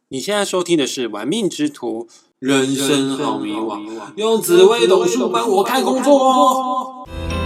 你现在收听的是《玩命之徒》， 人生好迷惘，用紫微斗数帮我看工作哦。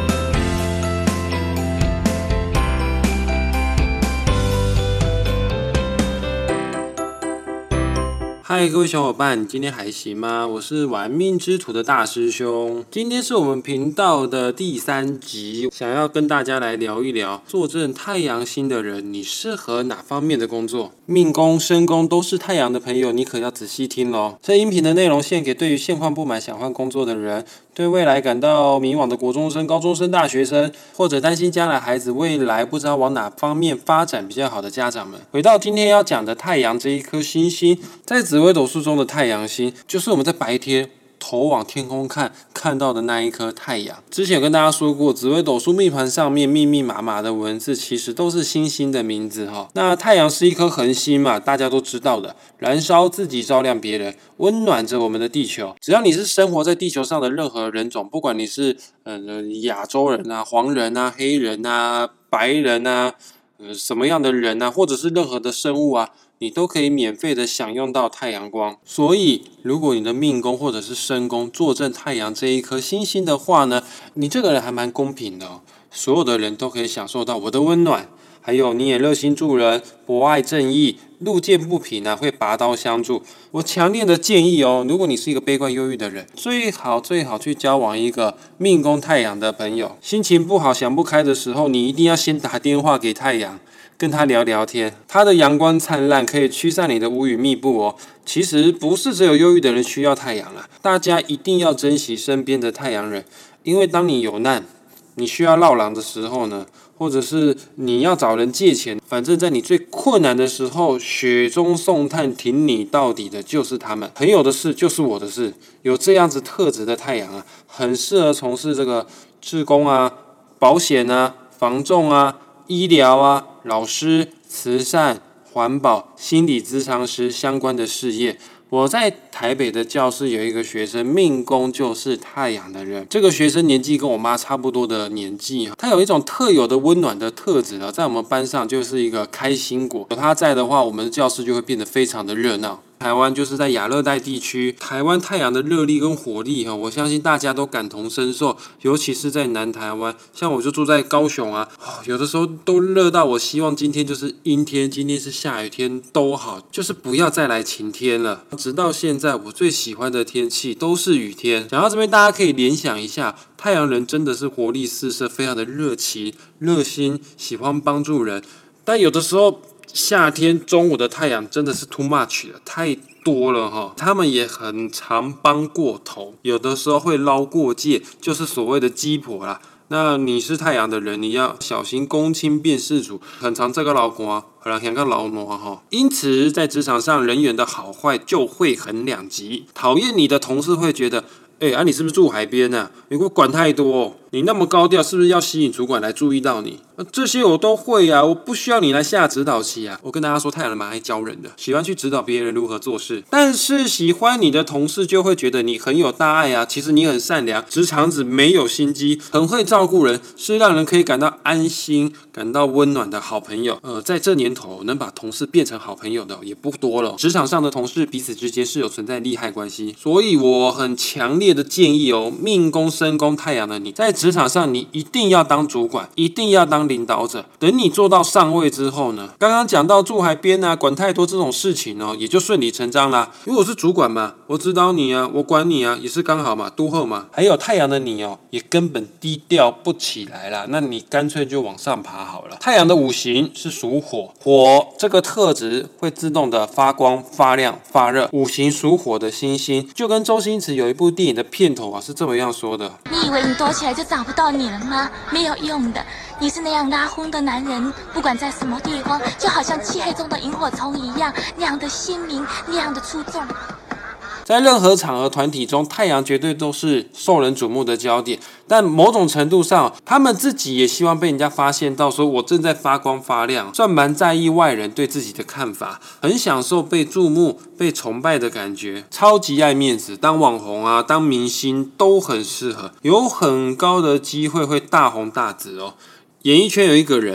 嗨，各位小伙伴，今天还行吗？我是玩命之徒的大师兄，今天是我们频道的第3集，想要跟大家来聊一聊，坐镇太阳星的人，你适合哪方面的工作？命宫、身宫都是太阳的朋友，你可要仔细听咯。这音频的内容献给对于现况不满、想换工作的人，对未来感到迷惘的国中生、高中生、大学生，或者担心将来孩子未来不知道往哪方面发展比较好的家长们。回到今天要讲的太阳这一颗星星，在紫微斗数中的太阳星，就是我们在白天头往天空看到的那一颗太阳。之前有跟大家说过，紫微斗数命盘上面密密麻麻的文字，其实都是星星的名字哈。那太阳是一颗恒星嘛，大家都知道的，燃烧自己，照亮别人，温暖着我们的地球。只要你是生活在地球上的任何人种，不管你是亚洲人啊、黄人啊、黑人啊、白人啊，什么样的人啊，或者是任何的生物啊，你都可以免费的享用到太阳光。所以如果你的命宫或者是身宫坐镇太阳这一颗星星的话呢，你这个人还蛮公平的哦，所有的人都可以享受到我的温暖，还有你也热心助人，博爱正义，路见不平啊会拔刀相助。我强烈的建议哦，如果你是一个悲观忧郁的人，最好去交往一个命宫太阳的朋友。心情不好想不开的时候，你一定要先打电话给太阳，跟他聊聊天，他的阳光灿烂可以驱散你的乌云密布哦。其实不是只有忧郁的人需要太阳啊，大家一定要珍惜身边的太阳人，因为当你有难，你需要绕狼的时候呢，或者是你要找人借钱，反正在你最困难的时候，雪中送炭挺你到底的就是他们。朋友的事就是我的事，有这样子特质的太阳啊，很适合从事这个志工啊、保险啊、房仲啊、医疗啊、老师、慈善、环保、心理咨商师相关的事业。我在台北的教室有一个学生，命宫就是太阳的人。这个学生年纪跟我妈差不多的年纪，他有一种特有的温暖的特质在我们班上就是一个开心果。有他在的话，我们的教室就会变得非常的热闹。台湾就是在亚热带地区，台湾太阳的热力跟火力我相信大家都感同身受，尤其是在南台湾，像我就住在高雄啊，有的时候都热到我希望今天就是阴天，今天是下雨天都好，就是不要再来晴天了。直到现在，我最喜欢的天气都是雨天。讲到这边，大家可以联想一下，太阳人真的是活力四射，非常的热情、热心，喜欢帮助人，但有的时候夏天中午的太阳真的是 too much 了，太多了哈。他们也很常帮过头，有的时候会捞过界，就是所谓的鸡婆啦。那你是太阳的人，你要小心公亲辨事主，很常这个老官，很常个老挪哈。因此，在职场上人缘的好坏就会很两极。讨厌你的同事会觉得，你是不是住海边啊？你给我管太多哦，你那么高调，是不是要吸引主管来注意到你？这些我都会啊，我不需要你来下指导棋啊。我跟大家说，太阳人蛮爱教人的，喜欢去指导别人如何做事。但是喜欢你的同事就会觉得你很有大爱啊，其实你很善良，直肠子没有心机，很会照顾人，是让人可以感到安心、感到温暖的好朋友。在这年头，能把同事变成好朋友的也不多了。职场上的同事彼此之间是有存在利害关系，所以我很强烈的建议命宫、身宫、太阳的你，在职场上你一定要当主管，一定要当领导者。等你做到上位之后呢，刚刚讲到住海边啊，管太多这种事情也就顺理成章啦。因为我是主管嘛，我指导你啊，我管你啊，也是刚好嘛，都好嘛。还有太阳的你也根本低调不起来啦，那你干脆就往上爬好了。太阳的五行是属火，火这个特质会自动的发光、发亮、发热。五行属火的星星，就跟周星驰有一部电影的片头是这么样说的： 你以为你躲起来就找不到你了吗？没有用的，你是那样拉轰的男人，不管在什么地方，就好像漆黑中的萤火虫一样，那样的鲜明，那样的出众。 在任何场合团体中，太阳绝对都是受人瞩目的焦点，但某种程度上，他们自己也希望被人家发现到，说我正在发光发亮，算蛮在意外人对自己的看法，很享受被注目、被崇拜的感觉，超级爱面子，当网红啊、当明星都很适合，有很高的机会会大红大紫哦。演艺圈有一个人，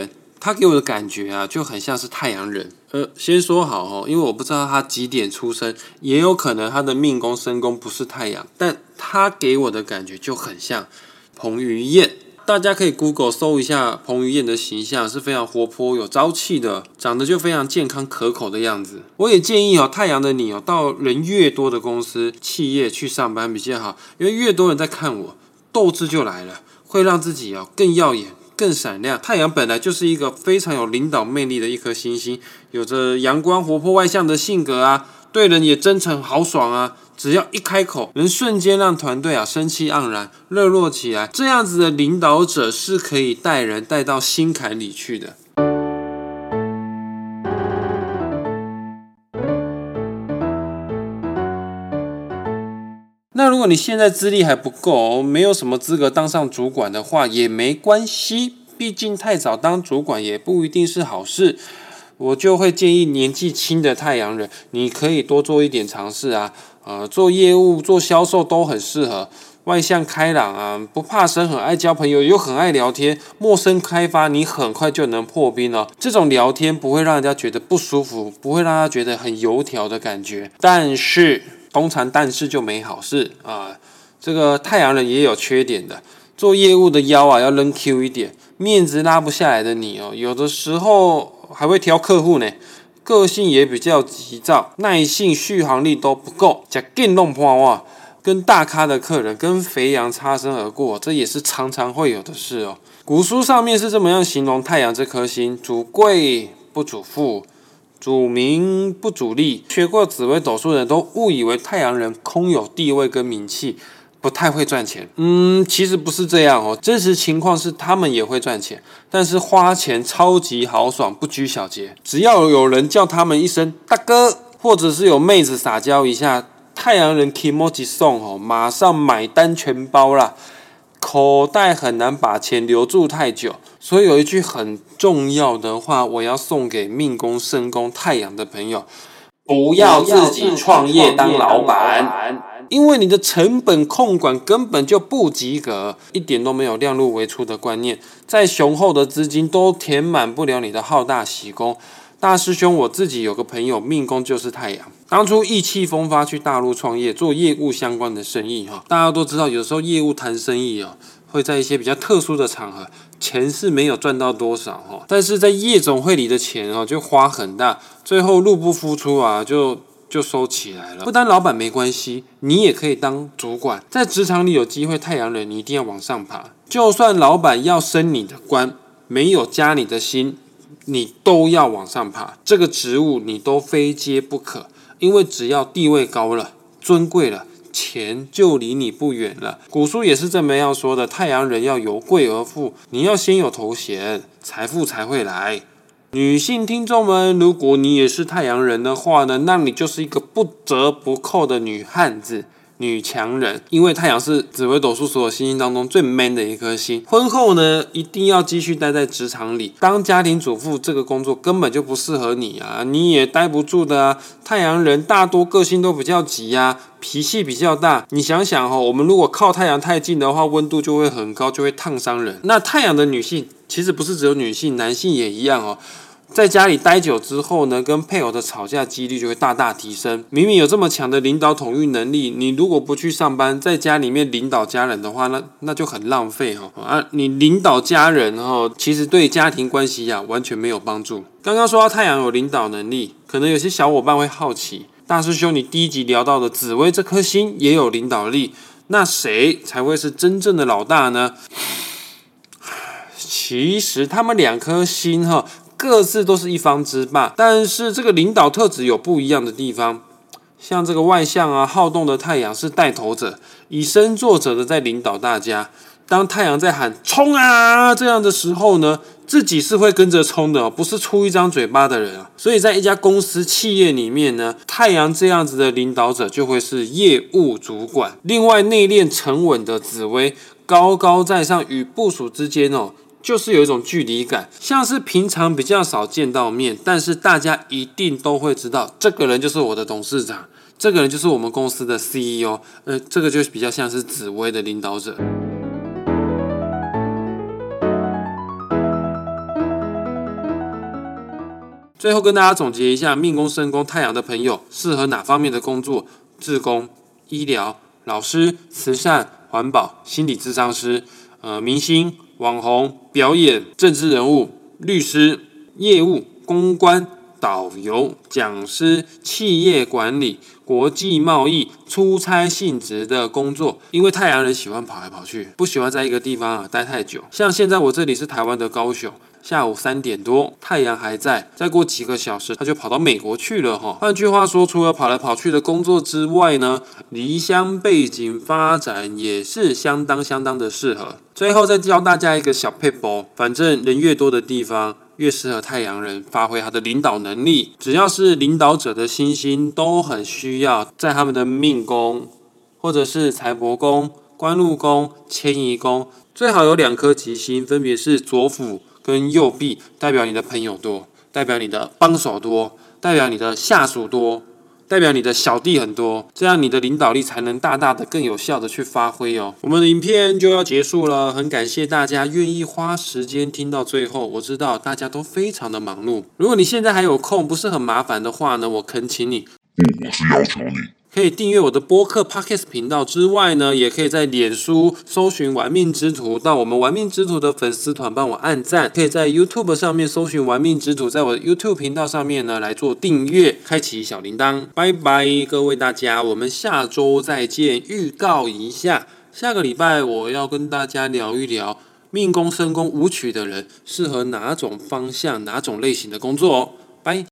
他给我的感觉啊，就很像是太阳人。先说好哦，因为我不知道他几点出生，也有可能他的命宫身宫不是太阳，但他给我的感觉就很像彭于晏。大家可以 Google 搜一下彭于晏的形象，是非常活泼有朝气的，长得就非常健康可口的样子。我也建议太阳的你到人越多的公司企业去上班比较好，因为越多人在看我，斗志就来了，会让自己更耀眼更闪亮。太阳本来就是一个非常有领导魅力的一颗星星，有着阳光活泼外向的性格啊，对人也真诚豪爽啊，只要一开口，能瞬间让团队生气盎然，热络起来。这样子的领导者是可以带人带到心坎里去的。那如果你现在资历还不够，没有什么资格当上主管的话，也没关系，毕竟太早当主管也不一定是好事。我就会建议年纪轻的太阳人，你可以多做一点尝试啊，做业务、做销售都很适合。外向开朗啊，不怕生，很爱交朋友，又很爱聊天。陌生开发，你很快就能破冰了。这种聊天不会让人家觉得不舒服，不会让他觉得很油条的感觉。但是，通常但是就没好事啊。这个太阳人也有缺点的，做业务的腰要扔 Q 一点，面子拉不下来的你有的时候还会挑客户呢，个性也比较急躁，耐性、续航力都不够，吃紧弄破哇，跟大咖的客人跟肥羊擦身而过，这也是常常会有的事哦。古书上面是这么样形容太阳这颗星：主贵不主富，主名不主利。学过紫微斗数的人都误以为太阳人空有地位跟名气，不太会赚钱。其实不是这样哦，真实情况是他们也会赚钱，但是花钱超级豪爽，不拘小节。只要有人叫他们一声大哥，或者是有妹子撒娇一下，太阳人 kimoji 送马上买单全包啦，口袋很难把钱留住太久。所以有一句很重要的话，我要送给命宫、身宫、太阳的朋友：不要自己创业当老板。因为你的成本控管根本就不及格，一点都没有量入为出的观念，再雄厚的资金都填满不了你的好大喜功。大师兄，我自己有个朋友命宫就是太阳，当初意气风发去大陆创业，做业务相关的生意大家都知道，有时候业务谈生意会在一些比较特殊的场合，钱是没有赚到多少但是在夜总会里的钱就花很大，最后入不敷出就收起来了。不当老板没关系，你也可以当主管。在职场里有机会，太阳人你一定要往上爬。就算老板要升你的官，没有加你的薪，你都要往上爬。这个职务你都非接不可，因为只要地位高了、尊贵了，钱就离你不远了。古书也是这么样说的：太阳人要由贵而富，你要先有头衔，财富才会来。女性听众们，如果你也是太阳人的话呢，那你就是一个不折不扣的女汉子、女强人。因为太阳是紫微斗数所有星星当中最 man 的一颗星。婚后呢，一定要继续待在职场里，当家庭主妇这个工作根本就不适合你啊，你也待不住的啊。太阳人大多个性都比较急啊，脾气比较大。你想想我们如果靠太阳太近的话，温度就会很高，就会烫伤人。那太阳的女性其实不是只有女性，男性也一样在家里待久之后呢，跟配偶的吵架几率就会大大提升。明明有这么强的领导统御能力，你如果不去上班，在家里面领导家人的话，那就很浪费你领导家人其实对家庭关系完全没有帮助。刚刚说到太阳有领导能力，可能有些小伙伴会好奇，大师兄你第一集聊到的紫微这颗星也有领导力，那谁才会是真正的老大呢？其实他们两颗星各自都是一方之霸，但是这个领导特质有不一样的地方。像这个外向好动的太阳是带头者，以身作则的在领导大家。当太阳在喊冲啊这样的时候呢，自己是会跟着冲的不是出一张嘴巴的人所以在一家公司企业里面呢，太阳这样子的领导者就会是业务主管。另外内敛沉稳的紫微高高在上，与部属之间就是有一种距离感，像是平常比较少见到面，但是大家一定都会知道，这个人就是我的董事长，这个人就是我们公司的 CEO， 这个就比较像是紫微的领导者。 最后跟大家总结一下，命宫、身宫、太阳的朋友适合哪方面的工作？志工、医疗、老师、慈善、环保、心理咨商师、明星、网红、表演、政治人物、律师、业务、公关、导游、讲师、企业管理、国际贸易、出差性质的工作。因为太阳人喜欢跑来跑去，不喜欢在一个地方待太久。像现在我这里是台湾的高雄，下午3点多，太阳还在，再过几个小时他就跑到美国去了哈。换句话说，除了跑来跑去的工作之外呢，离乡背景发展也是相当的适合。最后再教大家一个小撇步，反正人越多的地方，越适合太阳人发挥他的领导能力。只要是领导者的星星，都很需要在他们的命宫，或者是财帛宫、官禄宫、迁移宫，最好有2颗吉星，分别是左辅跟右弼，代表你的朋友多，代表你的帮手多，代表你的下属多，代表你的小弟很多，这样你的领导力才能大的更有效的去发挥哦。我们的影片就要结束了，很感谢大家愿意花时间听到最后，我知道大家都非常的忙碌。如果你现在还有空，不是很麻烦的话呢，我恳请你， 我是要求你可以订阅我的播客 Podcast 频道之外呢，也可以在脸书搜寻玩命之徒，到我们玩命之徒的粉丝团帮我按赞，可以在 YouTube 上面搜寻玩命之徒，在我的 YouTube 频道上面呢来做订阅，开启小铃铛。拜拜，各位大家，我们下周再见。预告一下，下个礼拜我要跟大家聊一聊命宫、身宫武曲的人适合哪种方向、哪种类型的工作哦。拜。